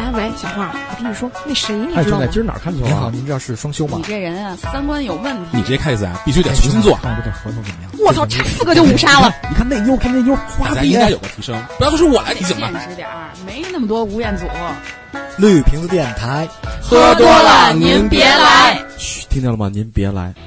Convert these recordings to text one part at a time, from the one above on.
喂，小花，我跟你说，那谁你知道吗？ 今儿哪儿看球啊？ 您知道是双休吗？ 你这人啊，三观有问题。 你这 case 啊，必须得重新做。 看我这个合同怎么样？ 我操，差4个就5杀了！ 你看那妞，看那妞，花大家应该有个提升，不要都是我来提醒吧。 现实点儿，没那么多吴彦祖。 绿瓶子电台， 喝多了您别来。 嘘，听见了吗？您别来。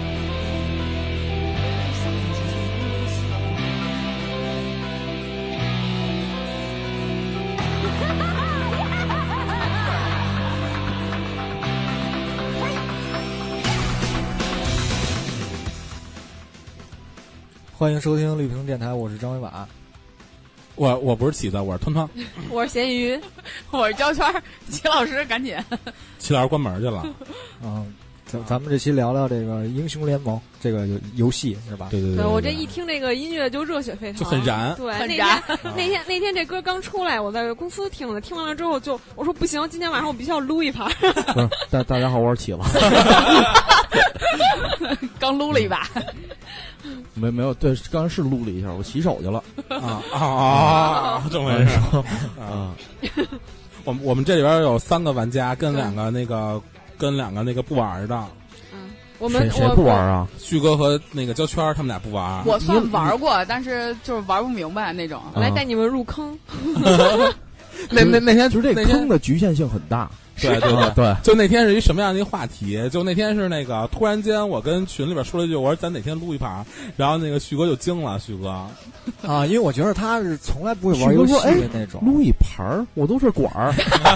欢迎收听绿瓶电台，我是张伟瓦。 我不是起子，我是团团。 我是咸鱼， 我是焦圈。齐老师赶紧， 齐老师关门去了。 咱们这期聊聊这个英雄联盟这个游戏是吧？ 对， 我这一听这个音乐就热血沸腾， 就很燃。 对， 很燃。 那天这歌刚出来，我在公司听了，听完了之后我说不行，今天晚上我必须要撸一盘。 不是，大家好，我是起了。 刚撸了一把。 没有，对，刚才是撸了一下，我洗手去了。 这么回事啊！我们这里边有3个玩家跟两个那个不玩的。 谁不玩啊？ 旭哥和那个焦圈他们俩不玩。 我算玩过，但是就是玩不明白那种。 来带你们入坑。 那天就是这坑的局限性很大。 对，就那天是一什么样的一个话题？就那天是那个突然间，我跟群里边说了一句，我说咱哪天撸一盘，然后那个旭哥就惊了，旭哥因为我觉得他是从来不会玩游戏的那种。 撸一盘我都是管儿，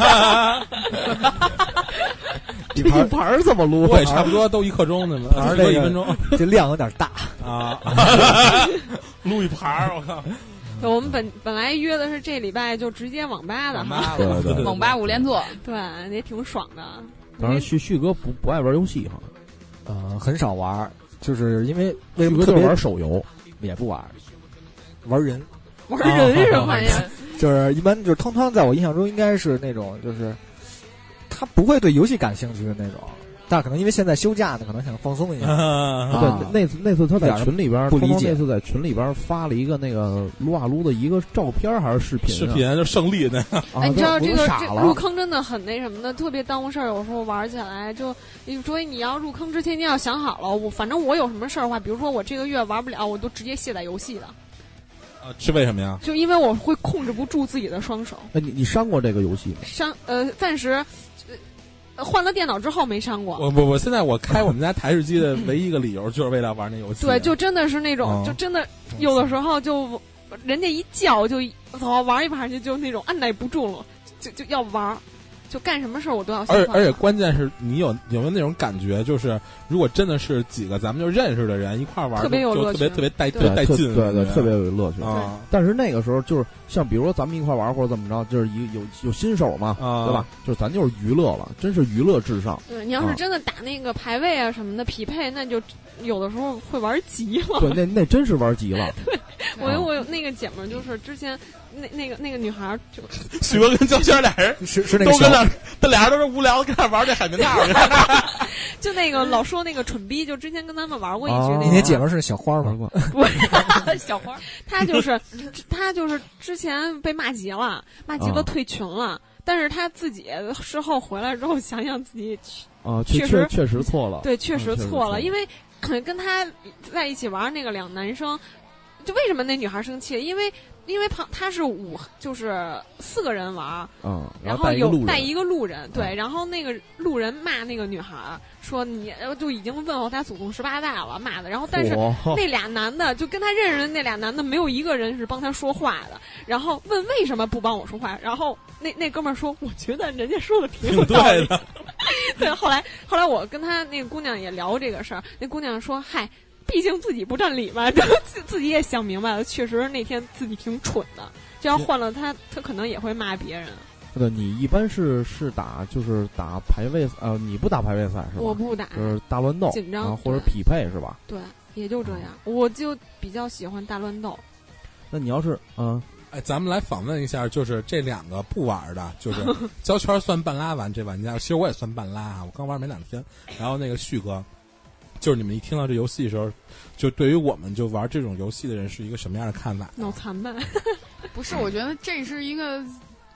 一盘怎么撸？ 我也差不多都1刻钟呢嘛，玩1分钟， 这量有点大啊！撸一盘我靠！ 我们本来约的是这礼拜就直接网吧的哈， 对网吧5连坐， 对，也挺爽的。 当然，旭哥不爱玩游戏哈， 很少玩，就是因为旭哥就玩手游， 也不玩，玩人是什么玩意儿？ 就是一般就是汤汤，在我印象中应该是那种就是他不会对游戏感兴趣的那种。但可能因为现在休假呢，可能想放松一下。 对，那次他在群里边不理解， 那次在群里边发了一个那个撸啊撸的一个照片还是视频？ 视频就胜利的。 你知道这入坑真的很那什么的，特别耽误事儿。有时候玩起来所以你要入坑之前你要想好了，反正我有什么事儿的话，比如说我这个月玩不了，我都直接卸载游戏的。 是为什么呀？ 就因为我会控制不住自己的双手。 你删过这个游戏吗？ 暂时。换了电脑之后没删过。 我现在我开我们家台式机的唯一一个理由就是为了玩那游戏。 对，就真的是那种，就真的有的时候就人家一叫就玩一盘就那种按耐不住了，就要玩，就干什么事儿我都要。 而且关键是你有没有那种感觉，就是如果真的是几个咱们就认识的人一块玩， 特别有乐趣， 特别带劲， 对，特别有乐趣啊。 但是那个时候就是像比如说咱们一块玩或者怎么着，就是有新手嘛，对吧？就是咱就是娱乐了，真是娱乐至上。 对，你要是真的打那个排位啊什么的匹配，那就有的时候会玩急了。 对，那真是玩急了。 对，我有那个姐们儿，就是之前那个女孩就许哥跟焦圈俩人是那个都跟那俩人都是无聊跟那玩这海绵大就那个老说那个蠢逼，就之前跟他们玩过一局。 那姐们是小花吗？ 不是小花，她就是之前被骂急了退群了，但是她自己事后回来之后想想自己确实错了。 对，确实错了，因为跟他在一起玩那个2男生，就为什么那女孩生气？因为他是就是4个人玩，然后有带一个路人，对，然后那个路人骂那个女孩说你就已经问候他祖宗18代了，骂的，然后但是那俩男的就跟他认识的那俩男的没有一个人是帮他说话的，然后问为什么不帮我说话，然后那哥们儿说我觉得人家说的挺有道理的，对，后来我跟他那个姑娘也聊这个事儿，那姑娘说嗨。毕竟自己不占理嘛，就自己也想明白了，确实那天自己挺蠢的。就要换了他可能也会骂别人。 对，你一般是打排位你不打排位赛是吧？ 我不打， 就是大乱斗， 紧张或者匹配是吧？ 对，也就这样。我就比较喜欢大乱斗。 那你要是咱们来访问一下，就是这2个不玩的，就是焦圈算半拉玩这玩家，其实我也算半拉啊，我刚玩没2天。然后那个旭哥。就是你们一听到这游戏的时候，就对于我们就玩这种游戏的人是一个什么样的看法？ 脑残呗。 不是，我觉得这是一个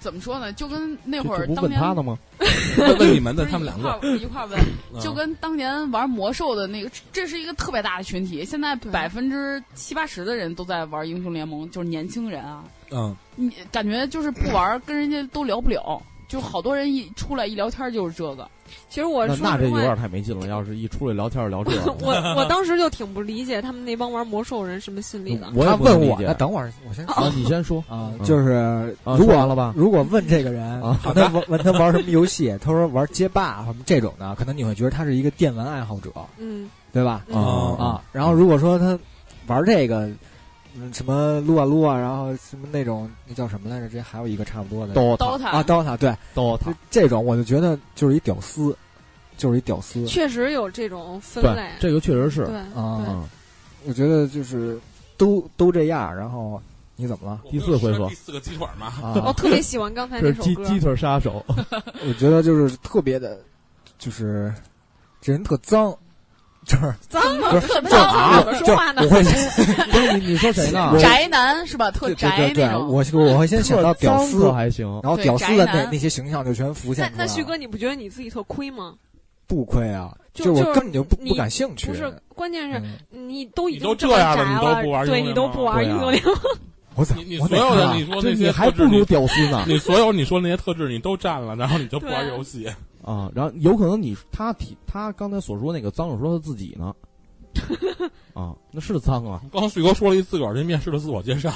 怎么说呢？就跟那会儿不问他的吗？ 问你们的，他们两个一块问，就跟当年玩魔兽的那个，这是一个特别大的群体。现在70%-80%的人都在玩英雄联盟，就是年轻人啊。你感觉就是不玩，跟人家都聊不了。就好多人一出来一聊天就是这个。 其实我那这有点太没劲了。要是一出来聊天聊这个， 我当时就挺不理解他们那帮玩魔兽人什么心理的。 他问我，那等会儿我先说，你先说啊。就是如果完了吧， 如果问这个人，问他玩什么游戏，他说玩街霸什么这种的，可能你会觉得他是一个电玩爱好者，对吧？然后如果说他玩这个。什么撸啊撸啊，然后什么那种那叫什么来着？这还有一个差不多的 DOTA 啊 ，DOTA 对 DOTA 这种我就觉得就是一屌丝，就是一屌丝。 确实有这种分类， 这个确实是对我觉得就是都这样。然后你怎么了？ 第 4回说第4个鸡腿嘛。 我特别喜欢刚才那首歌， 鸡腿杀手。 我觉得就是特别的，就是这人特脏。就是脏吗？ 特脏，怎么说话呢？ 我会不是你说谁呢？ 宅男是吧？特宅那种。 我会先想到屌丝还行， 然后屌丝的那些形象就全浮现出来。 那旭哥，你不觉得你自己特亏吗？ 不亏啊，就我根本就不感兴趣。 不是，关键是你都已经这样了，你都不玩， 对你都不玩英雄联盟。 你所有的你说那些还不如屌丝呢。 你所有你说那些特质你都占了，然后你就不玩游戏啊。然后有可能他刚才所说那个脏是说他自己呢。啊，那是脏啊！ 刚旭哥说了自个儿这面试的自我介绍，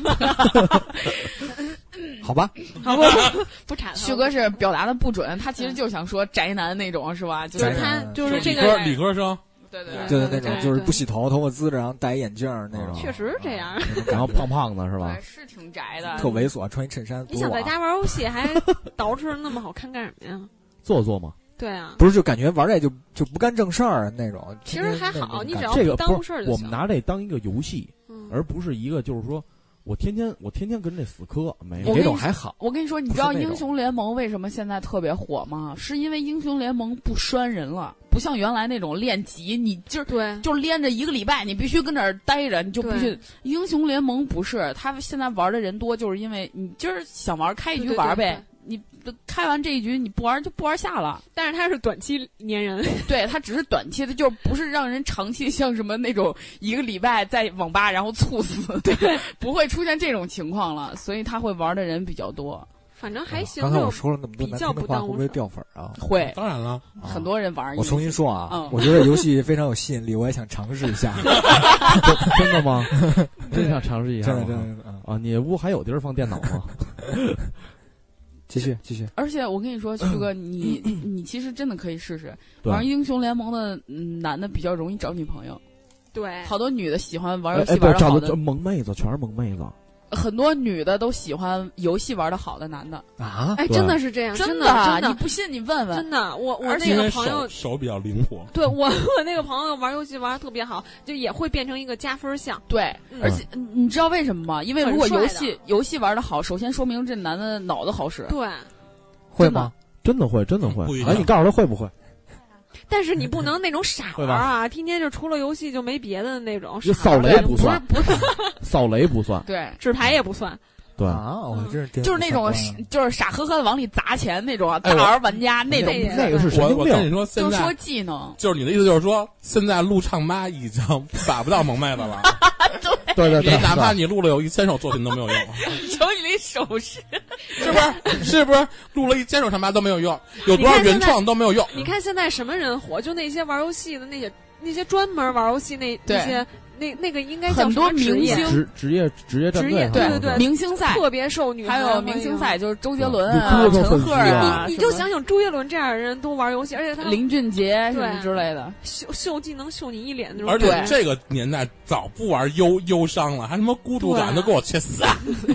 好吧， 不铲。 旭哥是表达的不准，他其实就想说宅男那种是吧？ 就是他就是这个理科生， 对那种就是不洗头发滋着，然后戴眼镜那种， 确实是这样。 然后胖胖的是吧？ 是挺宅的， 特猥琐，穿一衬衫。 你想在家玩游戏还捯饬那么好看干什么呀？ 做嘛。 对啊， 不是就感觉玩这就不干正事儿那种。 其实还好，你只要不耽误事儿就行。 我们拿这当一个游戏，而不是一个就是说我天天跟这死磕，没这种还好。 我跟你说，你知道英雄联盟为什么现在特别火吗？是因为英雄联盟不拴人了，不像原来那种练级，你就连着1个礼拜，你必须跟那儿待着，你就必须。英雄联盟不是，他现在玩的人多，就是因为你今儿想玩开一局玩呗。你开完这一局你不玩就不玩下了， 但是它是短期粘人， 对，它只是短期的，就不是让人长期像什么那种1个礼拜在网吧然后猝死，对，不会出现这种情况了，所以他会玩的人比较多。 反正还行。 刚才我说了那么多难听的话，会不会掉粉啊？ 会， 当然了， 很多人玩。 我重新说啊，我觉得游戏非常有吸引力，我也想尝试一下。 真的吗？真想尝试一下？ 真的啊！你屋还有地儿放电脑吗？ 继续。 而且我跟你说，旭哥，你其实真的可以试试玩英雄联盟的，男的比较容易找女朋友。 对， 好多女的喜欢玩游戏玩的好的， 萌妹子全是萌妹子。 很多女的都喜欢游戏玩的好的男的啊！ 哎，真的是这样，真的，你不信你问问。 真的，我那个朋友手比较灵活。 对我那个朋友玩游戏玩的特别好，就也会变成一个加分项。 对，而且你知道为什么吗？因为如果游戏玩的好，首先说明这男的脑子好使。 对， 会吗？ 真的会。哎，你告诉他会不会？ 但是你不能那种傻玩啊，天天就除了游戏就没别的那种。 扫雷不算， 不是扫雷不算， 对， 纸牌也不算。 对啊，我这就是那种就是傻呵呵的往里砸钱那种啊，大玩玩家那种。 那个是神经病。 我跟你说，现在就说技能， 就是你的意思就是说，现在录唱吧已经打不到萌妹子了。 对， 哪怕你录了有1000首作品都没有用。 瞅你那手势， 是不是录了1000首唱吧都没有用？有多少原创都没有用？ 你看现在什么人火？就那些玩游戏的那些专门玩游戏那些。那个应该叫很多明星职业战队， 对， 明星赛特别受女孩， 还有明星赛就是周杰伦啊、陈赫啊， 你就想想周杰伦这样的人都玩游戏，而且他林俊杰什么之类的， 秀技能秀你一脸那种。 而且这个年代早不玩忧伤了，还什么孤独感都给我切死。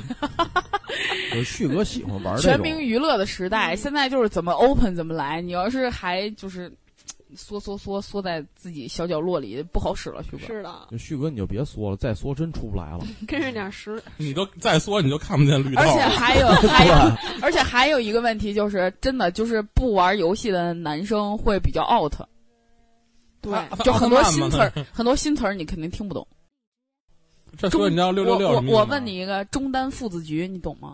旭哥喜欢玩全民娱乐的时代，现在就是怎么 open 怎么来，你要是还就是缩在自己小角落里不好使了，旭哥。 是的， 旭哥你就别缩了，再缩真出不来了。 跟着点实， 你都再缩你就看不见绿豆。 而且还有一个问题就是，真的就是不玩游戏的男生会比较 out。对，就很多新词儿你肯定听不懂。 这说你知道666什么？ 我问你一个中单父子局，你懂吗？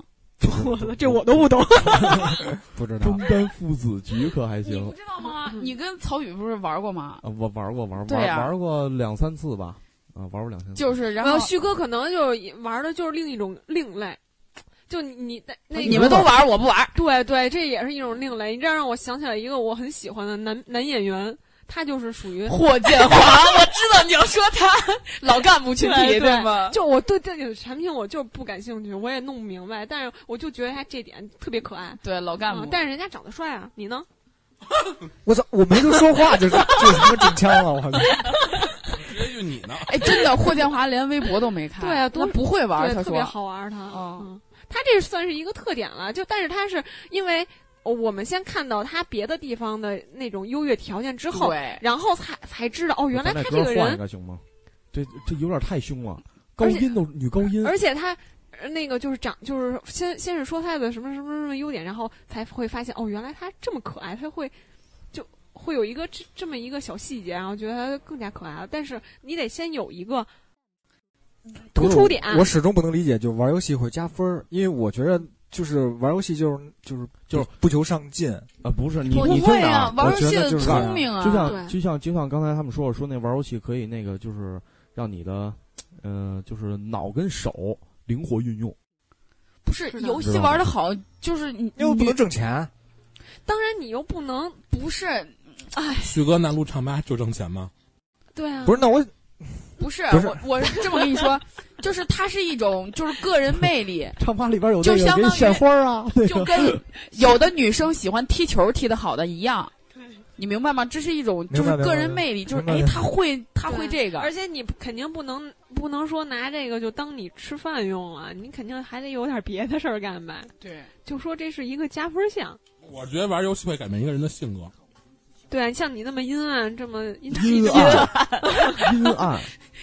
我的这我都不懂， 不知道。 中单父子局可还行？ 你不知道吗？你跟曹宇不是玩过吗？ 我玩过对呀， 玩过2-3次吧。玩过2-3次。 就是，然后旭哥可能就是玩的就是另一种另类。就你们都玩，我不玩。 对对，这也是一种另类。你这样让我想起来一个我很喜欢的男演员，他就是属于霍建华。我知道你要说他老干部群体对吗？ 就我对这个产品我就是不感兴趣，我也弄不明白，但是我就觉得他这点特别可爱。 对，老干部， 但是人家长得帅啊，你呢？ 我操！我没得说话就他妈中枪了，我靠！ 直接用你呢？ 哎，真的，霍建华连微博都没看。 对啊， 他不会玩，他说特别好玩，他这算是一个特点了。但是他是因为我们先看到他别的地方的那种优越条件之后，然后才知道原来他这个人换一个行吗？这有点太凶了，高音都女高音， 而且他那个就是就是先是说他的什么什么什么优点，然后才会发现原来他这么可爱，他会有一个这么一个小细节，然后觉得他更加可爱了。但是你得先有一个突出点。 我始终不能理解，就玩游戏会加分，因为我觉得就是玩游戏就是不求上进啊，不是你会啊，玩游戏的聪明啊， 就像刚才他们说那玩游戏可以那个就是让你的就是脑跟手灵活运用。 不是游戏玩的好，就是你又不能挣钱， 当然你又不能不是。哎， 旭哥南路唱吧就挣钱吗？ 对啊， 不是，那我不是我这么跟你说，就是它是一种就是个人魅力。 唱吧里边有就相当于献花啊， 就跟有的女生喜欢踢球踢得好的一样。你明白吗？这是一种就是个人魅力，就是他会这个， 而且你肯定不能说拿这个就当你吃饭用了，你肯定还得有点别的事儿干吧？ 对， 就说这是一个加分项。 我觉得玩游戏会改变一个人的性格。 对，像你那么阴暗，这么阴暗，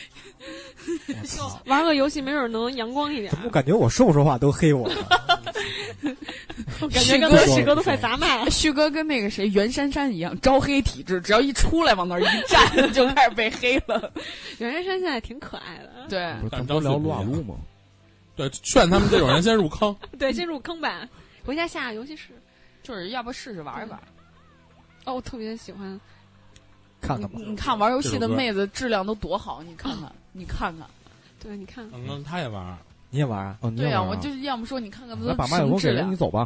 玩个游戏没准能阳光一点。 我感觉我说不说话都黑我。 我感觉跟旭哥都快砸麦了。 旭哥跟那个谁袁姗姗一样，招黑体质，只要一出来往那儿一站，就开始被黑了。 袁姗姗现在挺可爱的。 对， 不是聊撸啊撸吗？ 对，劝他们这种人先入坑。 对，先入坑吧，回家下游戏室， 就是要不试试玩一玩。 我特别喜欢看看吧。 你看玩游戏的妹子质量都多好，你看看。 对，你看。 他也玩， 你也玩啊？ 对呀，我就是要么说你看看都把麦克风给人，你走吧。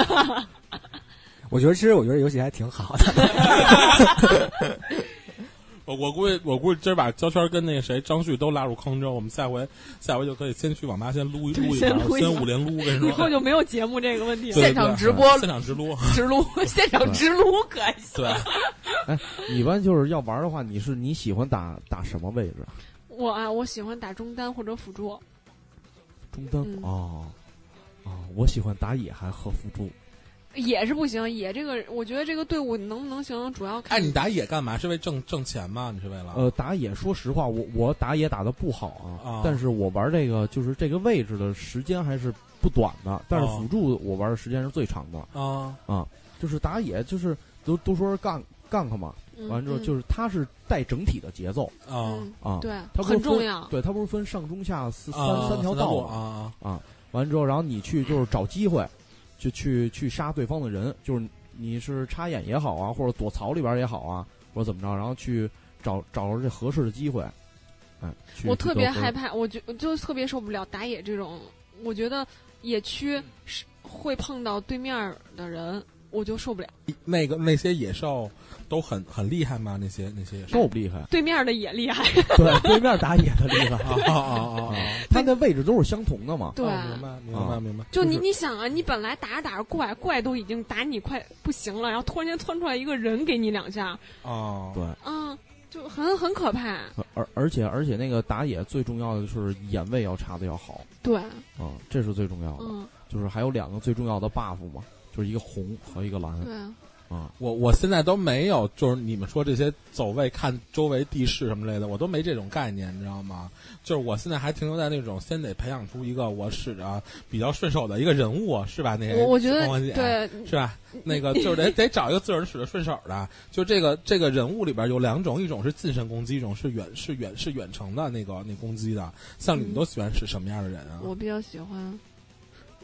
我觉得游戏还挺好的。 我估计今儿把焦圈跟那个谁张旭都拉入坑之后，我们下回就可以先去网吧先撸一把，先50撸，跟你说。 以后就没有节目这个问题了。 现场直播， 现场直撸， 现场直撸可还行。 对。 哎，一般就是要玩的话，你喜欢打什么位置？ 我喜欢打中单或者辅助。 中单我喜欢打野还和辅助。 野是不行，野这个我觉得这个队伍能不能行，主要看。 你打野干嘛？是为挣钱吗？你是为了？ 打野，说实话，我打野打得不好啊，但是我玩这个就是这个位置的时间还是不短的，但是辅助我玩的时间是最长的就是打野就是都说是gank嘛，完之后就是它是带整体的节奏对， 它很重要。 对，它不是分上中下三条道完之后，然后你去就是找机会。就去杀对方的人，就是你是插眼也好啊，或者躲槽里边也好啊，或者怎么着，然后去找着这合适的机会。 我特别害怕，我就特别受不了打野这种，我觉得野区会碰到对面的人，我就受不了。 那些野兽都很厉害吗？那些野兽都不厉害， 对面的也厉害。 对，对面打野的厉害他那位置都是相同的嘛。 对， 明白。 就你想啊，你本来打着怪都已经打你快不行了，然后突然间窜出来一个人给你2下。 对。 就很可怕。 而且那个打野最重要的就是眼位要插的要好。 对。 这是最重要的。就是还有2个最重要的 buff 嘛，就是一个红和一个蓝。 对。 我现在都没有，就是你们说这些走位看周围地势什么类的，我都没这种概念，你知道吗？就是我现在还停留在那种先得培养出一个我使着比较顺手的一个人物，是吧？那个我觉得对， 是吧？那个就是得找一个自个儿使得顺手的。就这个人物里边有2种，一种是近身攻击，一种是远程的那攻击的。像你们都喜欢使什么样的人啊？ 我比较喜欢。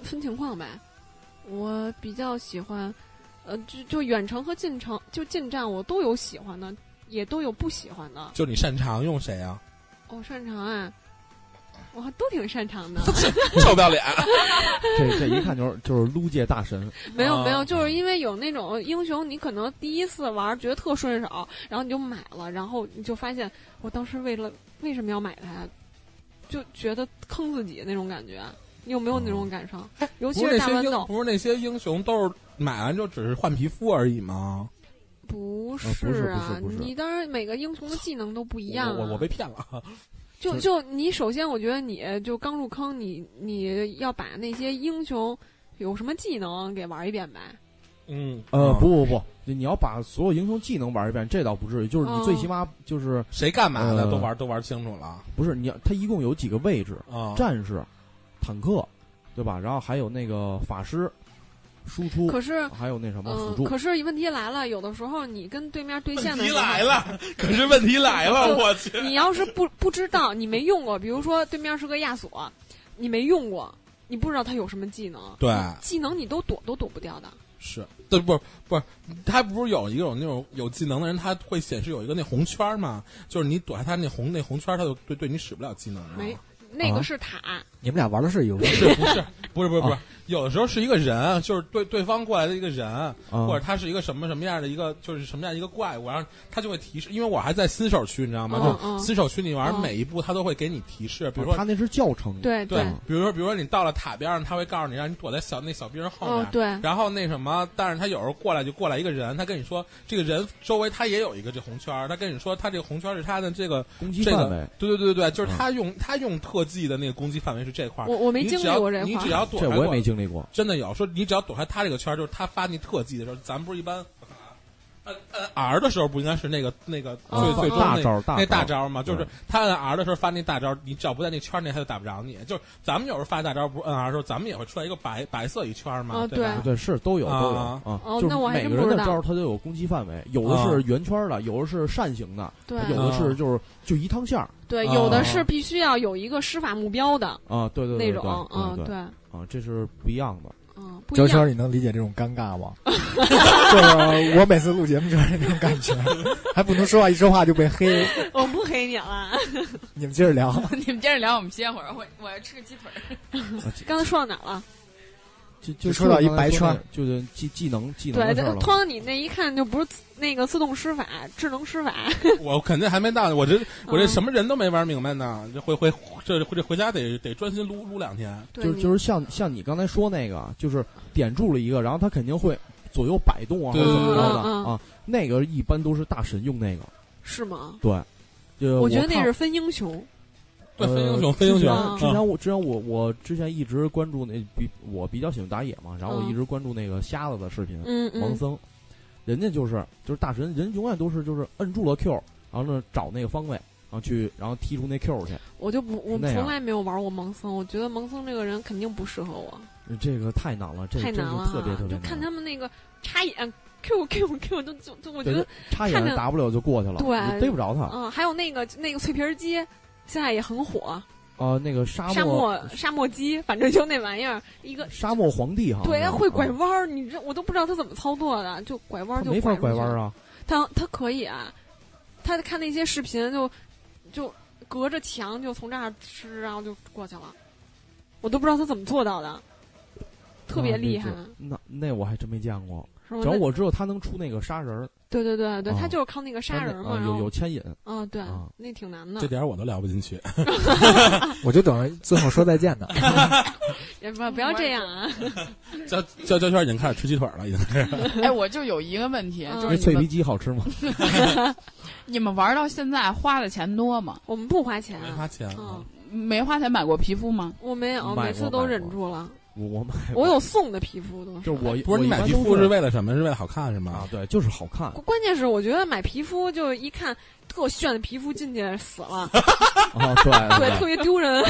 分情况呗。我比较喜欢，就远程和近程，就近战我都有喜欢的，也都有不喜欢的。 就你擅长用谁啊？ 我擅长啊，我都挺擅长的。 臭不要脸！ 这一看就是撸界大神。 没有，就是因为有那种英雄，你可能第一次玩觉得特顺手，然后你就买了，然后你就发现我当时为什么要买它，就觉得坑自己那种感觉。你有没有那种感受？尤其是大豌豆， 不是那些英雄都是买完就只是换皮肤而已吗？ 不是啊，你当然每个英雄的技能都不一样啊。 我被骗了。 就你首先，我觉得你就刚入坑，你要把那些英雄有什么技能给玩一遍呗。 不，你要把所有英雄技能玩一遍，这倒不至于。就是你最起码就是谁干嘛的都玩清楚了。 不是他一共有几个位置战士、坦克，对吧？然后还有那个法师。输出可是还有那什么辅助， 可是问题来了，有的时候你跟对面对线的时候， 问题来了，我去！ 你要是不知道，你没用过，比如说对面是个亚索，你没用过，你不知道他有什么技能， 对， 技能你都躲不掉的。 是，对，不是，他不是有一种那种有技能的人，他会显示有一个那红圈嘛，就是你躲开他那红圈，他就对你使不了技能。 没，那个是塔。 你们俩玩的是游戏？ 不是。有的时候是一个人，就是对方过来的一个人，或者他是一个什么样的一个，就是什么样一个怪物，然后他就会提示。因为我还在新手区，你知道吗？就新手区你玩每一步，他都会给你提示。比如说他那是教程， 对， 比如说你到了塔边上，他会告诉你让你躲在那小兵后面。 对。 然后那什么，但是他有时候过来一个人，他跟你说这个人周围他也有一个这红圈，他跟你说他这个红圈是他的这个攻击范围。 对，就是他用特技的那个攻击范围是这块。 我没经历过这块， 你只要躲开，这我也没经历过。 真的有说，你只要躲开他这个圈，就是他发那特技的时候，咱们不是一般按 R 的时候，不应该是那个最终那大招吗？就是他按 R 的时候发那大招，你只要不在那圈内，他就打不着你。就是咱们有时候发大招，不是按 R 的时候，咱们也会出来一个白色一圈嘛， 对，是都有啊。就是每个人的招他都有攻击范围，有的是圆圈的，有的是扇形的，有的是就一趟线。 对，有的是必须要有一个施法目标的啊，对那种，对啊，这是不一样的。 周圈，你能理解这种尴尬吗？就是我每次录节目就是那种感觉，还不能说话，一说话就被黑。 我不黑你了， 你们接着聊。 我们歇会儿，我要吃个鸡腿。 刚才说到哪了？ 就说到一白圈， 就是技能对，通你那一看就不是那个自动施法，智能施法。 我肯定还没到，我这什么人都没玩明白呢。这回家得专心撸2天。 就是像你刚才说那个，就是点住了一个，然后他肯定会左右摆动啊，或者怎么着的啊。那个一般都是大神用那个。 是吗？ 对， 我觉得那是分英雄。 对，分英雄。 之前一直关注我比较喜欢打野嘛，然后我一直关注那个瞎子的视频，盲僧，人家就是大神，人永远都是就是摁住了 Q， 然后呢找那个方位，然后踢出那 Q 去。我从来没有玩过盲僧，我觉得盲僧这个人肯定不适合我。 这个太难了， 太难了， 特别难。 就看他们那个插眼。Q 就我觉得插眼打不了就过去了， 对， 逮不着他。 还有那个脆皮鸡，现在也很火。 那个沙漠鸡，反正就那玩意儿，一个沙漠皇帝哈。 对，会拐弯儿，我都不知道他怎么操作的，就拐弯就没法拐弯啊。 他可以啊，他看那些视频就隔着墙就从这儿吃，然后就过去了，我都不知道他怎么做到的，特别厉害。 那我还真没见过。只要我知道他能出那个杀人， 对，他就是靠那个杀人嘛， 有牵引啊，对，那挺难的。 这点我都聊不进去， 我就等着最后说再见呢。 不要这样啊！ 焦圈已经开始吃鸡腿了，已经是。 哎，我就有一个问题，就是脆皮鸡好吃吗？ 你们玩到现在花的钱多吗？ 我们不花钱， 没花钱， 没花钱买过皮肤吗？ 我没有，每次都忍住了。 我有送的皮肤都是。 就是不是你买皮肤是为了什么？是为了好看是吗？ 啊，对，就是好看。 关键是我觉得买皮肤就一看特炫的皮肤进去死了。对，特别丢人。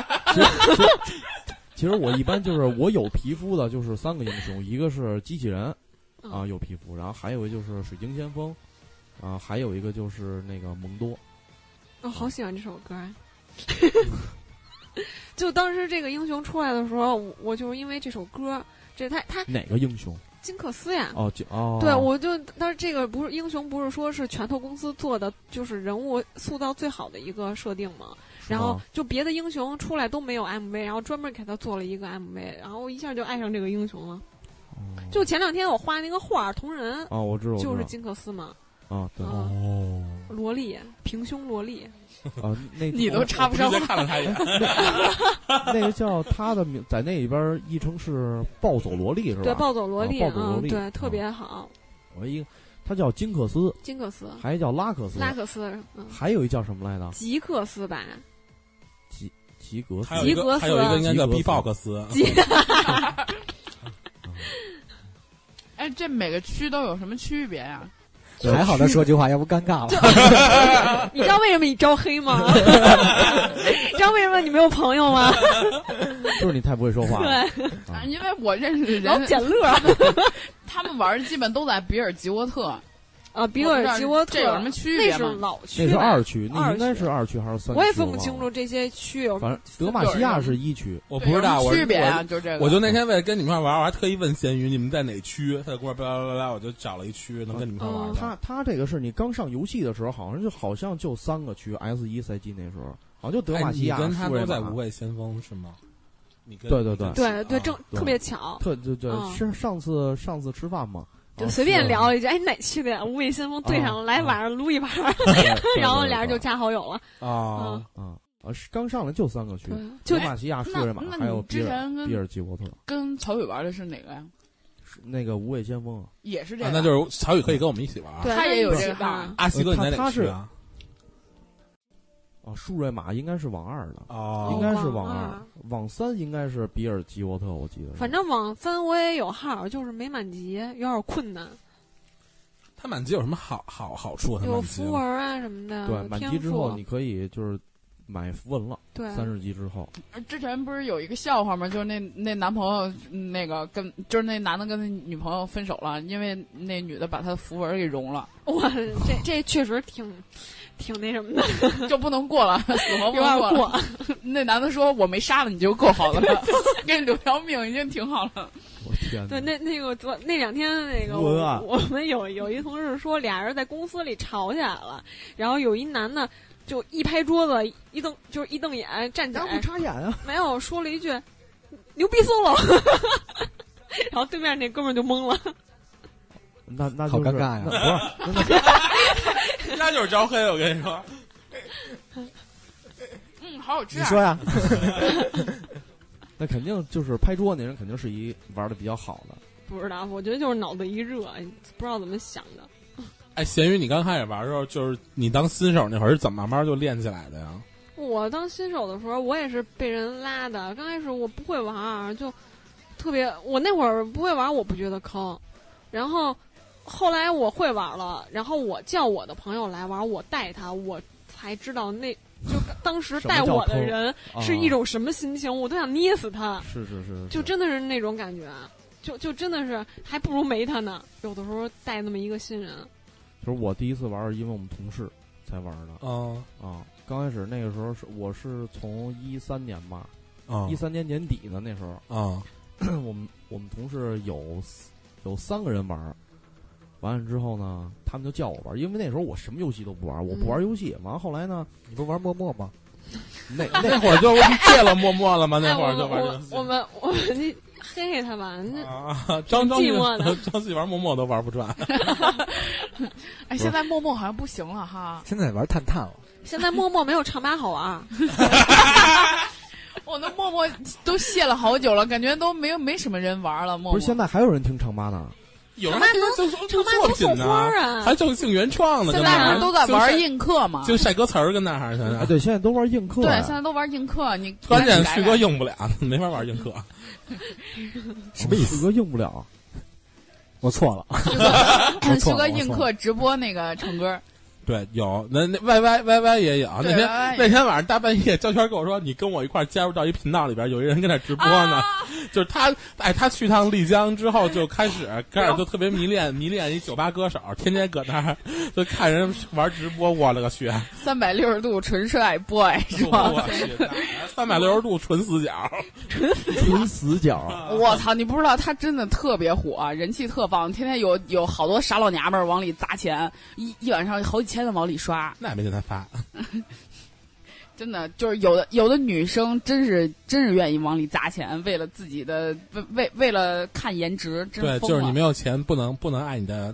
其实我一般就是我有皮肤的，就是3个英雄，一个是机器人啊有皮肤，然后还有一个就是水晶先锋，啊还有一个就是那个蒙多。 好喜欢这首歌。 就当时这个英雄出来的时候，我就是因为这首歌，这他哪个英雄？ 金克斯呀。 哦， 对，我就当时这个不是英雄，不是说是拳头公司做的，就是人物塑造最好的一个设定嘛。然后就别的英雄出来都没有 MV， 然后专门给他做了一个 MV， 然后我一下就爱上这个英雄了。就前2天我画那个画同人我知道， 就是金克斯嘛。 对萝莉，平胸萝莉。 那你都插不上话。 看了他一眼。 那个叫他的名，在那里边译成是暴走萝莉是吧？ 对，暴走萝莉， 暴走萝莉， 对，特别好。 他叫金克斯，还叫拉克斯，还有一叫什么来着？ 吉克斯吧。 吉格斯， 还有一个应该叫 B-box。 哎，这每个区都有什么区别呀？ 还好他说句话，要不尴尬了。 你知道为什么你招黑吗？你知道为什么你没有朋友吗？ 就是你太不会说话了。 对， 因为我认识的人老捡乐， 他们玩的基本都在比尔吉沃特。 比尔吉沃特这有什么区别吗？ 那是老区， 那是2区，那应该是2区还是3区？ 我也分不清楚这些区有。 反正德玛西亚是1区， 我不知道区别啊，就这个。 我就那天为了跟你们一块玩，我还特意问咸鱼你们在哪区，他就跟我巴拉巴拉，我就找了一区能跟你们一块玩。 他这个是你刚上游戏的时候，好像就3个区 S1赛季那时候，好像就德玛西亚。 你跟他都在无畏先锋是吗？ 对， 正特别巧。 是上次吃饭嘛。 就随便聊了一句，哪区的呀？无畏先锋对上了，来晚上撸一盘，然后俩人就加好友了。 刚上来就3个区，德玛西亚、舒瑞玛还有比尔吉沃特。 跟曹宇玩的是哪个呀？ 那个无畏先锋也是这个。 那就是曹宇可以跟我们一起玩。 他也有这个号。 阿西哥，你在哪区啊？ 舒瑞玛应该是网2的，应该是网2，网3应该是比尔吉沃特，我记得。 反正网3我也有号，就是没满级，有点困难。 他满级有什么好处？ 有符文啊什么的。 对，满级之后你可以就是买符文了。 对 ，30级之后。 之前不是有一个笑话吗？就是那男朋友就是那男的跟那女朋友分手了，因为那女的把他的符文给融了。 哇，这确实挺那什么的， 就不能过了，死活不能过。那男的说：“我没杀了你就够好了，给你留条命已经挺好了。” 我天！ 对，那2天那个我们有一同事说，俩人在公司里吵起来了，然后有一男的就一拍桌子，一瞪眼，站起来， 不插眼啊？ 没有，说了一句“牛逼solo”，然后对面那哥们就懵了。 那好尴尬呀！ 不是， 那就是招黑，我跟你说。 好好吃。 你说呀？ 那肯定就是拍桌那人，肯定是一玩的比较好的。 不知道，我觉得就是脑子一热，不知道怎么想的。 哎，咸鱼，你刚开始玩的时候，就是你当新手那会儿是怎么慢慢就练起来的呀？ 我当新手的时候，我也是被人拉的。刚开始我不会玩，就特别，我那会儿不会玩，我不觉得坑，然后。后来我会玩了，然后我叫我的朋友来玩，我带他，我才知道就当时带我的人是一种什么心情，我都想捏死他。 是， 就真的是那种感觉，就真的是还不如没他呢。有的时候带那么一个新人， 就是我第一次玩，因为我们同事才玩的。刚开始那个时候我是从13年吧，13年年底的那时候我们同事有3个人玩。完了之后呢，他们就叫我玩，因为那时候我什么游戏都不玩，我不玩游戏。完了后来呢， 你不玩陌陌吗？ 那会儿就戒了陌陌了吗？那会儿就玩游戏。 我们黑他吧， 张寂寞的， 张自己玩陌陌都玩不转。 哎，现在陌陌好像不行了哈。 现在玩探探了。 现在陌陌没有唱吧好玩。 我的陌陌都卸了好久了，感觉都没什么人玩了。陌陌不是现在还有人听唱吧呢？ 有人还唱吧都送花啊， 还正性原创呢。 现在都在玩映客嘛， 就晒歌词儿跟那儿现在。 对，现在都玩映客。 对，现在都玩映客。你关键旭哥用不了，没法玩映客。 什么意思？ 旭哥用不了， 我错了。 看旭哥映客直播那个唱歌。 对，有那 YY 也有。那天晚上大半夜，焦圈跟我说：“你跟我一块加入到一频道里边，有一人跟那直播呢。” 就是他去趟丽江之后就开始就特别迷恋一酒吧歌手，天天搁那儿就看人玩直播，我勒个去 ！360度纯帅 boy 是吧 ？360度纯死角， 纯死角！ 我操，你不知道他真的特别火，人气特棒，天天有好多傻老娘们儿往里砸钱，一晚上好几千的往里刷。 那也没见他发。 真的就是有的女生真是愿意往里砸钱，为了自己的为了看颜值，真对，就是你没有钱不能爱你的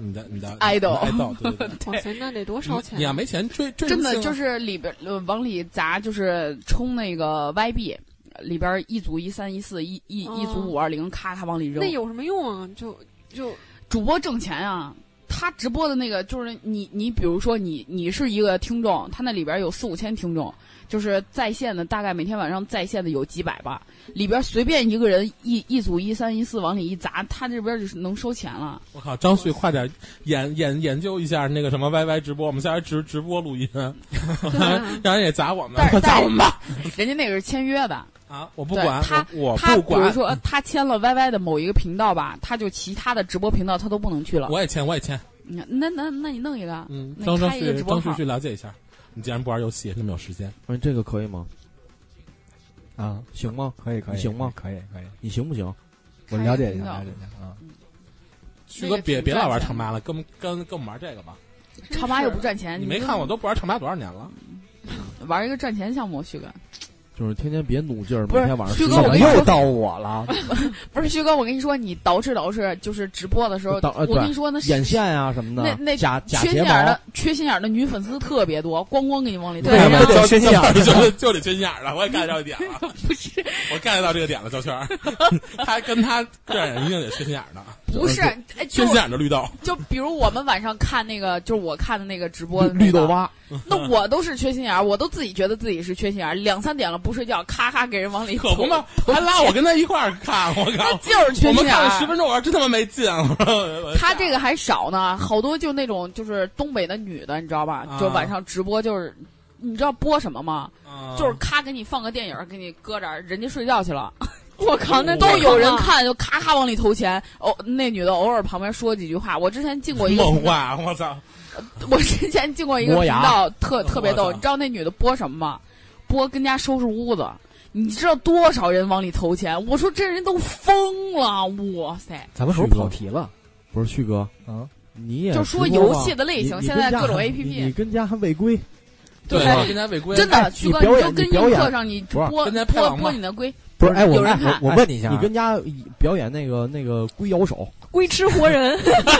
idol， 对， 哇塞，那得多少钱？ 你要没钱追真的就是里边往里砸，就是充那个 YB， 里边一组13、14，一组520，咔咔往里扔。 那有什么用啊？就主播挣钱啊。他直播的那个就是你比如说你是一个听众，他那里边有4、5千听众，就是在线的，大概每天晚上在线的有几百吧，里边随便一个人一组13、14往里一砸，他这边就是能收钱了。 我靠，张旭快点研究一下那个什么 YY 直播，我们下来直播录音，让人也砸我们，砸我们吧。 人家那个是签约的。 啊！我不管，我不管。比如说，他签了 YY 的某一个频道吧，他就其他的直播频道他都不能去了。 我也签。 那你弄一个， 张旭去了解一下。你既然不玩游戏，那么有时间， 这个可以吗？ 啊， 行吗？ 可以， 行吗？ 可以， 你行不行？ 我了解一下啊。 旭哥，别老玩唱吧了，跟我们玩这个吧。 唱吧又不赚钱， 你没看我都不玩唱吧多少年了？ 玩一个赚钱项目，旭哥。 就是天天别努劲儿，每天晚上旭哥，我又到我了。 不是旭哥，我跟你说，你捯饬，就是直播的时候，我跟你说那眼线啊什么的， 那假缺心眼的女粉丝特别多，咣咣给你往里对，缺心眼就得缺心眼了，我也 get 到一点了。 不是， 我 get 到这个点了，焦圈，他跟他这样一定得缺心眼的。 不是， 缺心眼的绿豆。 就比如我们晚上看那个，就是我看的那个直播， 绿豆蛙。 那我都是缺心眼，我都自己觉得自己是缺心眼，2、3点了不睡觉，咔咔给人往里可不嘛，还拉我跟他一块儿看，我靠， 就是缺心眼。 我们看了10分钟，我说真他妈没劲。 他这个还少呢，好多就那种就是东北的女的，你知道吧？就晚上直播，就是你知道播什么吗？就是咔给你放个电影，给你搁这儿，人家睡觉去了。 我靠，那都有人看，就咔咔往里投钱。那女的偶尔旁边说几句话。我之前进过一个梦话，我操！ 我之前进过一个频道，特别逗。你知道那女的播什么吗？播跟家收拾屋子。你知道多少人往里投钱？我说这人都疯了，哇塞！ 咱们是不是跑题了？ 不是旭哥，你也就说游戏的类型，现在各种 APP， 你跟家还违规。 对，跟家违规。 真的，旭哥，你就跟映客上你播你的龟。 不是，我问你一下， 你跟家表演那个龟咬手、 龟吃活人，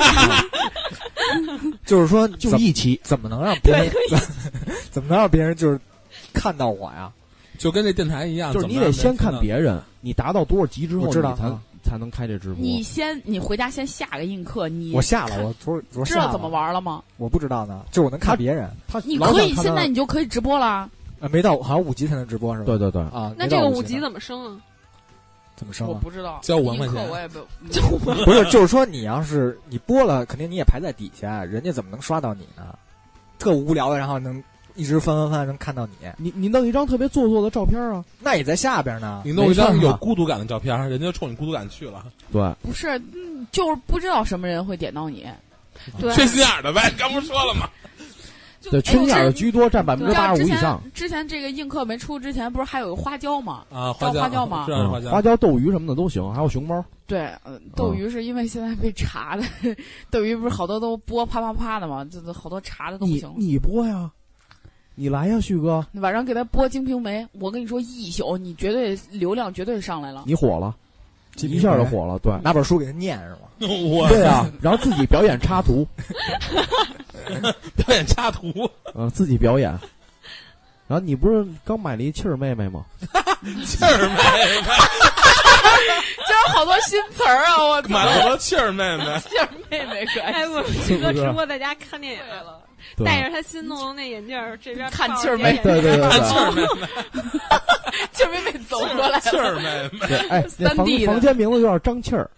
就是说， 就一起， 怎么能让别人怎么能让别人就是看到我呀？ 就跟那电台一样， 就是你得先看别人，你达到多少级之后， 知道才能开这直播。 你回家先下个映客， 我下了，我知道怎么玩了吗？ 我不知道呢，就我能看别人。 你可以现在你就可以直播了。 没到，好像5级才能直播是吧？ 对啊， 那这个5级怎么升啊？ 怎么升啊？ 我不知道， 交5万块钱， 我也不是，就是说你要是你播了，肯定你也排在底下，人家怎么能刷到你呢？特无聊的，然后能一直翻能看到你。 你弄一张特别做作的照片啊， 那也在下边呢。 你弄一张有孤独感的照片，人家就冲你孤独感去了。 对， 不是，就是不知道什么人会点到你。 对， 缺心眼的呗，刚不是说了吗？ 对，缺心眼的居多，占85%以上。 之前这个映客没出之前，不是还有个花椒吗？ 啊， 花椒吗？ 花椒、斗鱼什么的都行，还有熊猫。 对，斗鱼是因为现在被查的，斗鱼不是好多都播啪啪啪的吗？这好多查的都不行。 你播呀，你来呀，旭哥。 晚上给他播《金瓶梅》，我跟你说一宿，你绝对流量绝对上来了。 你火了，一下就火了。对， 拿本书给他念是吗？ 对啊，然后自己表演插图。 表演插图， 自己表演。然后你不是刚买了一气儿妹妹吗？ 气儿妹妹， 这有好多新词儿啊！我买了好多气儿妹妹， 气儿妹妹可爱。 我旭哥直播在家看电影来了，戴着他新弄的那眼镜儿，这边看气儿妹， 对， 看气儿妹妹， 气儿妹妹走过来了， 气儿妹妹， 对，哎，房间名字有点张气儿。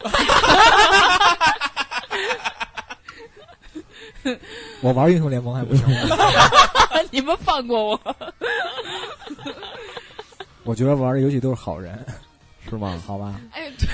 我玩英雄联盟还不行， 你们放过我。 我觉得玩的游戏都是好人， 是吗？ 好吧。 哎，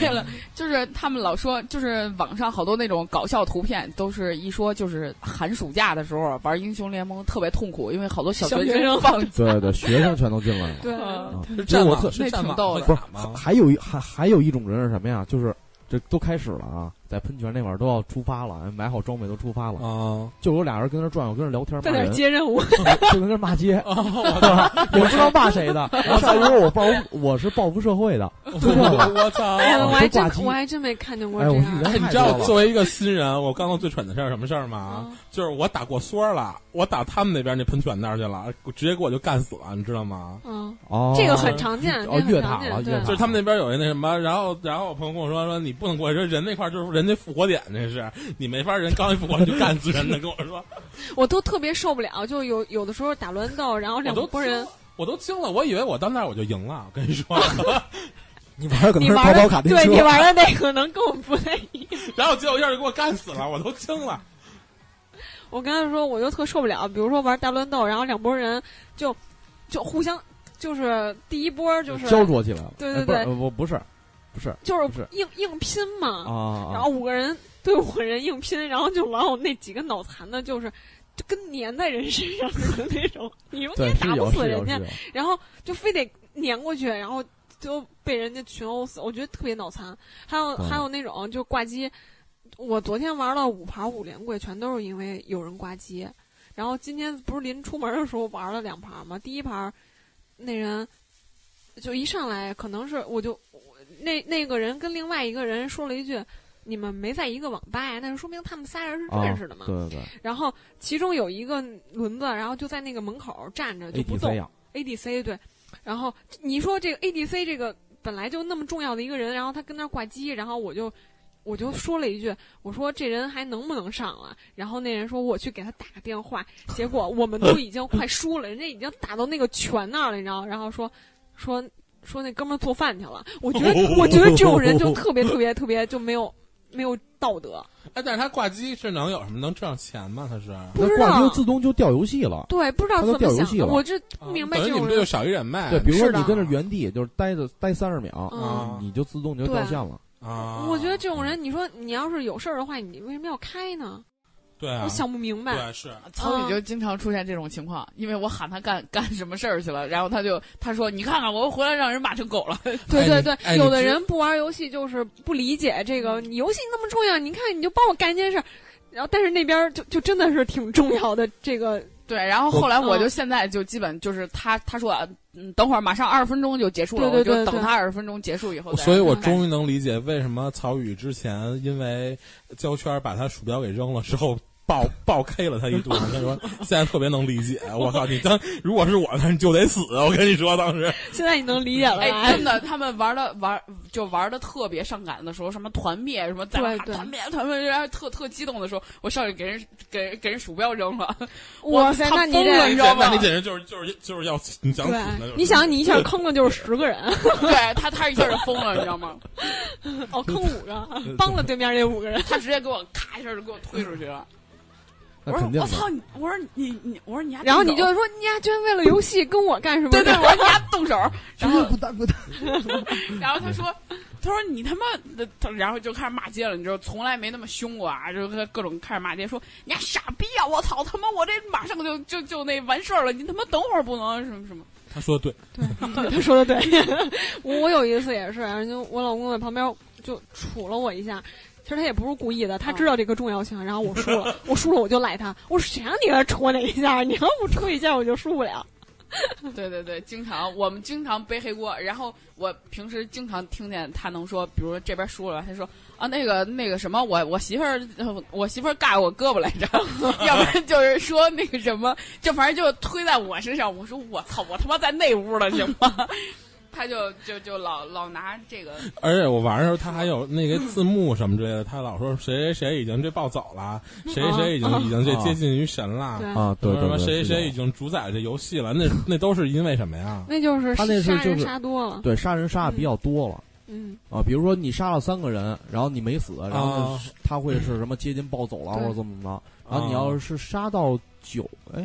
为了就是他们老说，就是网上好多那种搞笑图片，都是一说就是寒暑假的时候玩英雄联盟特别痛苦，因为好多小学生放假， 对对，学生全都进来了。 对， 这我那挺逗的。 不是，还有一种人是什么呀？就是这都开始了啊，在喷泉那会儿都要出发了，买好装备都出发了啊。就有俩人跟那转悠，跟那聊天， 在那接任务， 就跟那骂街，也不知道骂谁的。然后上一说我是报复社会的， 我操！ 我还真没看见过这样。 你知道作为一个新人，我刚刚最蠢的事儿什么事儿吗？就是我打过梭了，我打他们那边那喷泉那儿去了，直接给我就干死了，你知道吗？ 这个很常见， 越塔了， 就是他们那边有那什么，然后我朋友跟我说你不能过去，说人那块就是人家复活点，那是你没法人刚一复活就干死人的，跟我说， 我都特别受不了，就有的时候打乱斗，然后两拨人， 我都惊了，我以为我到那儿我就赢了，我跟你说。 你玩的可能是跑跑卡丁车， 对你玩的那可能跟我不太一样。 然后结果要是给我干死了，我都惊了。 我刚才说我就特受不了，比如说玩大乱斗，然后两拨人就互相就是第一波就是焦灼起来了。 对对对， 不是， 就是硬拼嘛。然后5个人对5个人硬拼，然后就老有那几个脑残的，就跟粘在人身上似的那种。你说你也打不死人家，然后就非得粘过去，然后就被人家群殴死，我觉得特别脑残。还有那种就挂机。我昨天玩了5盘5连跪，全都是因为有人挂机。然后今天不是临出门的时候玩了2盘吗？第一盘，那人就一上来，可能是那个人跟另外一个人说了一句：“你们没在一个网吧呀？”那就说明他们仨人是认识的嘛。 对对对。 然后其中有一个轮子，然后就在那个门口站着就不动。ADC 对。然后你说这个 ADC 这个本来就那么重要的一个人，然后他跟那挂机，然后我就说了一句，我说这人还能不能上了？然后那人说我去给他打个电话，结果我们都已经快输了，人家已经打到那个泉那儿了，你知道？然后说那哥们儿做饭去了。我觉得这种人就特别就没有道德。 哎，但是他挂机是能有什么能挣钱吗？他是不知道挂机自动就掉游戏了。 对，不知道怎么想的。我这不明白这种人。 你们这就少一人脉。 对，比如说你跟着原地就是待30秒，你就自动就掉线了。 我觉得这种人，你说你要是有事儿的话，你为什么要开呢？ 对啊， 我想不明白。 对，是曹宇就经常出现这种情况，因为我喊他干什么事儿去了，然后他说你看看我回来让人骂成狗了。 对对对，有的人不玩游戏就是不理解这个，你游戏那么重要，你看你就帮我干一件事，然后但是那边就真的是挺重要的这个。 对，然后后来我就现在就基本就是他说等会儿马上20分钟就结束了， 对对对对， 我就等他20分钟结束以后。 所以我终于能理解为什么曹宇之前因为胶圈把他鼠标给扔了之后暴 K 了他一顿。他说现在特别能理解，我靠，如果是我那你就得死，我跟你说当时。 现在你能理解了。 哎，真的，他们玩的特别上赶的时候，什么团灭什么在团灭，然后特激动的时候，我上去给人鼠标扔了。 哇塞，那你这你知道吗？ 那你简直就是要你想死呢。 你想你一下坑了就是10个人。 对他一下就疯了，你知道吗？ 坑5个，帮了对面那5个人， 他直接给我咔一下就给我推出去了。我说我操你！我说你还， 然后你就说你还居然为了游戏跟我干什么？ 对对，我说你还动手，然后不打。 然后他说你他妈的，然后就开始骂街了。你知道，从来没那么凶过啊，就各种开始骂街，说你还傻逼啊！我操他妈，我这马上就那完事儿了，你他妈等会儿不能什么什么。 他说的对， 他说的对。我有一次也是，就我老公在旁边就杵了我一下。其实他也不是故意的，他知道这个重要性，然后我输了，我就赖他，我说谁让你来戳那一下，你要不戳一下我就输不了。 对对对，我们经常背黑锅，然后我平时经常听见他能说，比如说这边输了，他说啊那个什么，我媳妇儿尬我胳膊来着，要不然就是说那个什么，就反正就推在我身上，我说我操，我他妈在那屋了行吗？他就老拿这个， 而且我玩的时候他还有那个字幕什么之类的，他老说谁已经这暴走了，谁已经这接近于神了啊，对对对， 谁已经主宰这游戏了，那都是因为什么呀？ 那就是他那是杀人杀多了， 对，杀人杀的比较多了。比如说你杀了3个人，然后你没死，然后他会是什么接近暴走了或者怎么着，然后你要是杀到是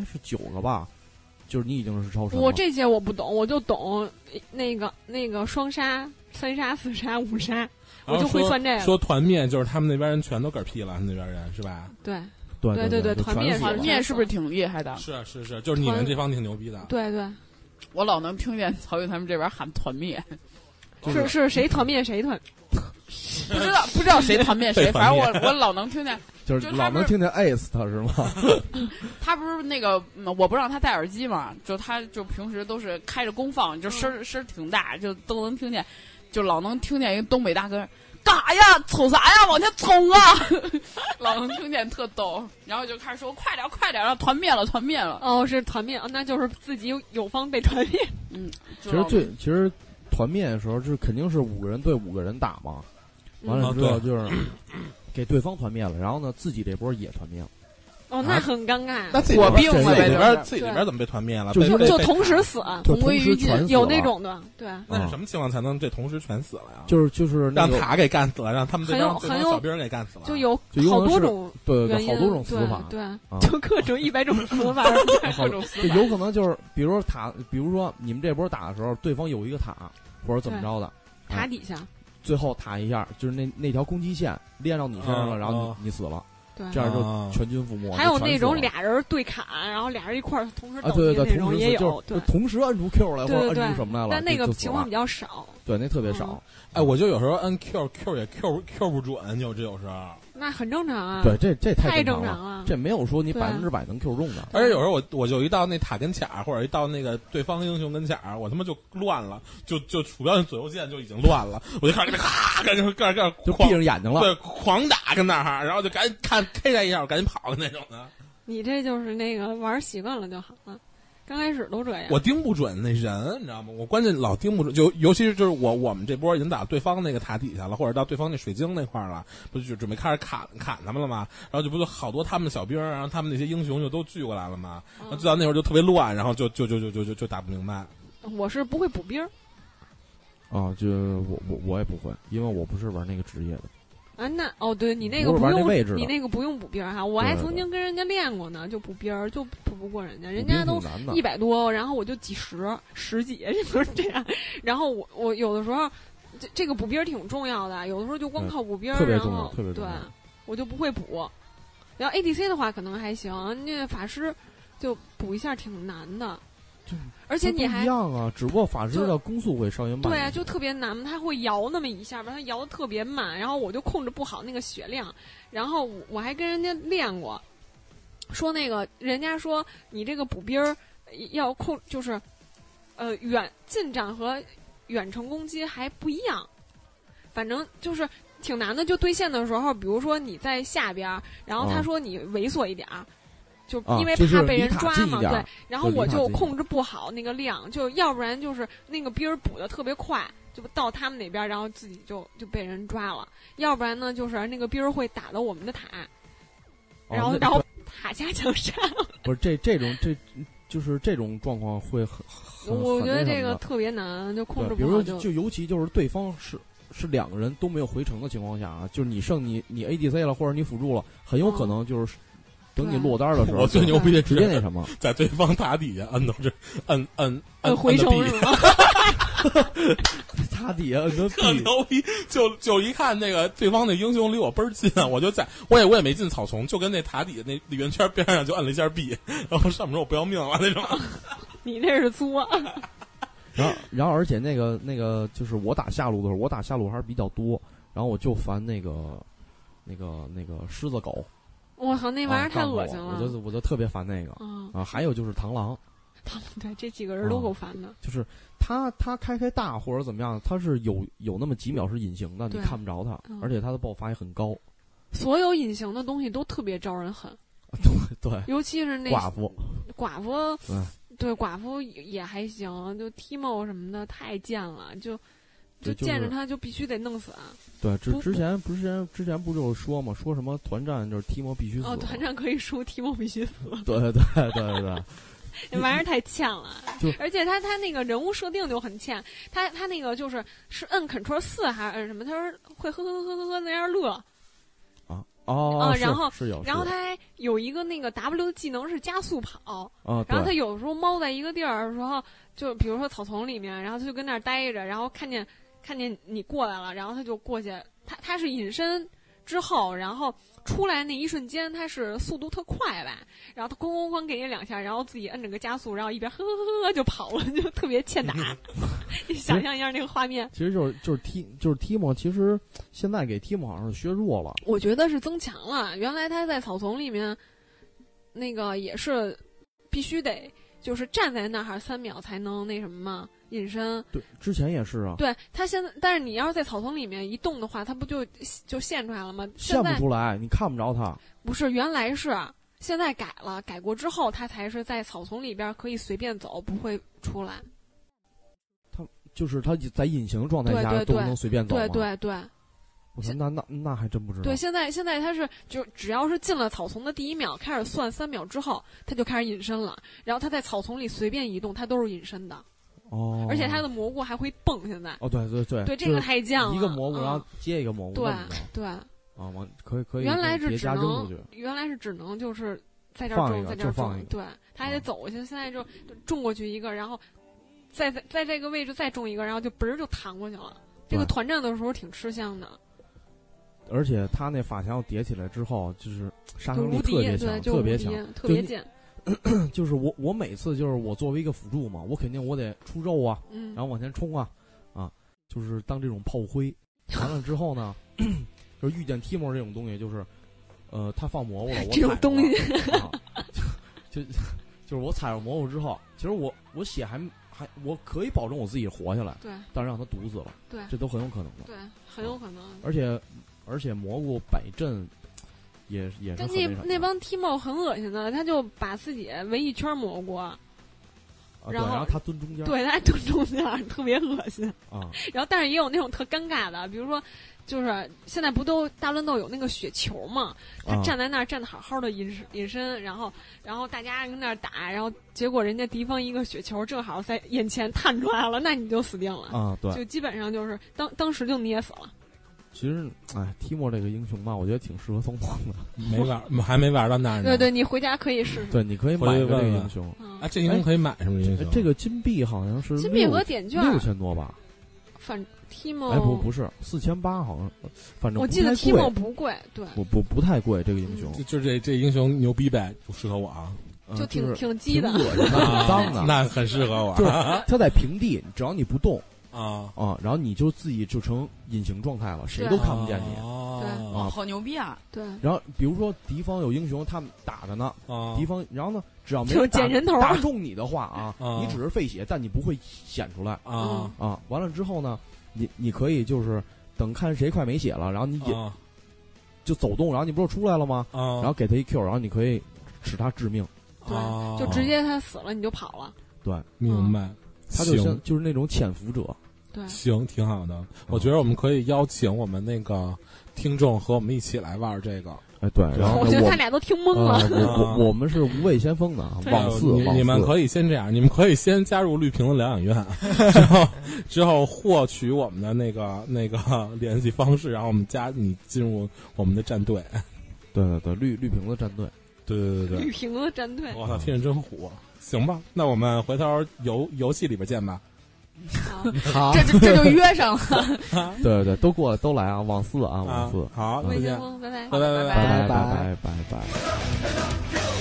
9个吧。就是你已经是超神了。 我这些我不懂，我就懂那个双杀、3杀、4杀、5杀， 我就会算这个。 说团灭就是他们那边人全都嗝屁了，那边人是吧？ 对。 对， 团灭是不是挺厉害的？ 是，就是你们这方挺牛逼的。 对， 我老能听见曹云他们这边喊团灭， 是谁团灭谁团？ 不知道谁团灭谁，反正我老能听见， 就是老能听见 ace 他是吗？ 他不是那个我不让他戴耳机嘛，就他就平时都是开着功放，就声挺大，就都能听见，就老能听见一个东北大哥。干啥呀？冲啥呀？往前冲啊！老能听见特逗，然后就开始说快点，然后团灭了。 哦，是团灭，那就是自己有方被团灭。 其实团灭的时候，就是肯定是5个人对5个人打嘛。完了之后就是给对方团灭了，然后呢自己这波也团灭了。 哦，那很尴尬。 那火并了呗，自己里边怎么被团灭了？ 就同时死， 同归于尽， 有那种的。对， 那是什么情况才能这同时全死了呀？ 就是让塔给干死了，让他们这帮小兵给干死了， 就有好多种对好多种死法， 对，就各种100种死法，各种死法。 有可能就是比如说你们这波打的时候，对方有一个塔或者怎么着的， 塔底下， 最后塔一下，就是那条攻击线连到你身上了，然后你死了。 对， 这样就全军覆没。 还有那种俩人对砍，然后俩人一块儿同时等对， 那种也有，对， 同时摁住 Q 来或者摁住什么来了， 但那个情况比较少。 对，那特别少。 哎，我就有时候摁 Q 也 Q 不准，就有时候。 那很正常啊。 对，这太正常了。 这没有说你100%能 Q 中的。 而且有时候我就一到那塔跟前儿，或者一到那个对方英雄跟前儿，我他妈就乱了，就鼠标左右键就已经乱了，我就开始咔，干就闭上眼睛了， 对，狂打跟那儿，然后就赶紧看 K 他一下，我赶紧跑的那种的。 你这就是那个玩习惯了就好了。刚开始都这样， 我盯不准那人，你知道吗？我关键老盯不准，尤其是就是我们这波已经打对方那个塔底下了，或者到对方那水晶那块了，不就准备开始砍他们了吗？然后就不就好多他们的小兵，然后他们那些英雄就都聚过来了嘛。然后就到那会儿就特别乱，然后就打不明白。 我是不会补兵啊，就我也不会，因为我不是玩那个职业的。 啊，那对你那个不用，你那个不用补兵哈，我还曾经跟人家练过呢，就补兵就补不过人家，人家都100多，然后我就几十几，就是这样。然后我有的时候这个补兵挺重要的，有的时候就光靠补兵，然后对，我就不会补。然后 ADC 的话可能还行，那法师就补一下挺难的。而且你还一样啊，只不过法师的攻速会稍微慢。 对啊，就特别难，他会摇那么一下，把它摇得特别慢，然后我就控制不好那个血量。然后我还跟人家练过，说那个人家说你这个补兵要控，就是近战和远程攻击还不一样，反正就是挺难的。就对线的时候，比如说你在下边，然后他说你猥琐一点。就因为怕被人抓嘛，对，然后我就控制不好那个量，就要不然就是那个兵补的特别快，就到他们那边，然后自己就被人抓了；要不然呢，就是那个兵会打到我们的塔，然后塔下强杀。 不是就是这种状况会很我觉得这个特别难，就控制不好。比如说，尤其就是对方是2个人都没有回城的情况下啊，就是你剩你 ADC 了，或者你辅助了，很有可能就是。等你落单的时候， 我最牛逼的直接那什么， 在对方塔底下摁到这，摁回城是吗？ 塔底下摁的特牛逼，就一看那个对方那英雄离我倍儿近，我就我也没进草丛，就跟那塔底下那圆圈边上就摁了一下 B， 然后上面说我不要命了那种。 你那是作。 然后而且那个就是我打下路的时候，我打下路还是比较多，然后我就烦那个狮子狗。 我操，那玩意儿太恶心了！ 我就特别烦那个还有就是螳螂， 对，这几个人都够烦的。 就是他开大或者怎么样，他是有那么几秒是隐形的，你看不着他，而且他的爆发也很高。 所有隐形的东西都特别招人恨。 对， 尤其是那寡妇， 对寡妇也还行，就 Timo 什么的太贱了，就见着他就必须得弄死啊！ 对，之前不就是说嘛，说什么团战就是提莫必须死。 团战可以输，提莫必须死。 对， 那玩意儿太欠了。而且他那个人物设定就很欠，他那个是摁 Ctrl4还是摁什么？他说会呵那样乐。然后他还有一个那个 W 的技能是加速跑。然后他有时候猫在一个地儿的时候，就比如说草丛里面，然后他就跟那儿待着，然后看见你过来了，然后他就过去他是隐身之后，然后出来那一瞬间，他是速度特快吧，然后他哐哐哐给你2下，然后自己摁着个加速，然后一边呵呵呵就跑了，就特别欠打。你想象一下那个画面。 其实就是 Timo， 其实现在给 Timo 好像是削弱了。 我觉得是增强了。原来他在草丛里面，那个也是必须得就是站在那儿3秒才能那什么嘛。隐身对，之前也是啊。 对他现在，但是你要是在草丛里面一动的话，他不就现出来了吗？ 现不出来，你看不着他。 不是，原来是，现在改了，改过之后，他才是在草丛里边可以随便走，不会出来。 他就是他在隐形状态下都能随便走吗？ 对。 我说那还真不知道。 对，现在他是就只要是进了草丛的第1秒开始算3秒之后，他就开始隐身了。然后他在草丛里随便移动，他都是隐身的。 哦， 而且它的蘑菇还会蹦，现在。 哦，对， 这个太犟了。 一个蘑菇，然后接一个蘑菇。 对。 啊，可以。 原来是只能就是在这儿种，在这儿种。对，他还得走过去。现在就种过去一个，然后在这个位置再种一个，然后就嘣儿就弹过去了。这个团战的时候挺吃香的。 而且他那法条叠起来之后，就是杀伤力特别强，特别强， 特别贱。 就是我每次就是我作为一个辅助嘛，我肯定我得出肉啊，然后往前冲啊，就是当这种炮灰。完了之后呢，就是遇见 Timo 这种东西，就是他放蘑菇了，我这种东西就是我踩着蘑菇之后，其实我血还我可以保证我自己活下来， 对， 但是让他毒死了， 对， 这都很有可能的， 对，很有可能。 而且蘑菇摆阵。也是但那帮 Timo 很恶心的，他就把自己围一圈蘑菇，然后他蹲中间， 对，他还蹲中间，特别恶心啊。 然后，但是也有那种特尴尬的，比如说，就是现在不都大乱斗有那个雪球嘛？他站在那儿站得好好的隐身，然后大家跟那儿打，然后结果人家敌方一个雪球正好在眼前探出来了，那你就死定了啊！对， 就基本上就是当时就捏死了。 其实，Timo 这个英雄吧，我觉得挺适合疯狂的。还没玩到那呢。 对，你回家可以试试。 对，你可以买这个英雄。 这英雄可以买什么英雄？ 这个金币好像是金币和点券 6000多吧。 反 Timo 不是4800，好像反正我记得 Timo 不贵，对， 不太贵这个英雄。 就这英雄牛逼呗，就适合我啊。 就挺鸡的， 挺恶心的，挺脏的， 那很适合我。 就是他在平地，只要你不动。然后你就自己就成隐形状态了，谁都看不见你。 对， 好牛逼啊！ 对。 然后比如说敌方有英雄，他们打着呢，敌方，然后呢，只要没有捡人头打中你的话你只是费血，但你不会显出来完了之后呢，你可以就是等看谁快没血了，然后你就走动，然后你不是出来了吗？然后给他一 Q，然后你可以使他致命。 对，就直接他死了你就跑了。 对， 明白。 他就是那种潜伏者。 对， 行，挺好的。我觉得我们可以邀请我们那个听众和我们一起来玩这个。 对，然后我觉得他俩都听懵了。我们是无畏先锋的，往四。 你们可以先这样，你们可以先加入绿屏的疗养院，之后获取我们的那个联系方式，然后我们加你进入我们的战队。 对，绿屏的战队。对， 绿屏的战队。 我操，听着真虎。行吧，那我们回头游戏里边见吧。 好，这就约上了。 对，都过来，都来啊，往4啊，往4。 好， 再见， 拜拜。 拜拜。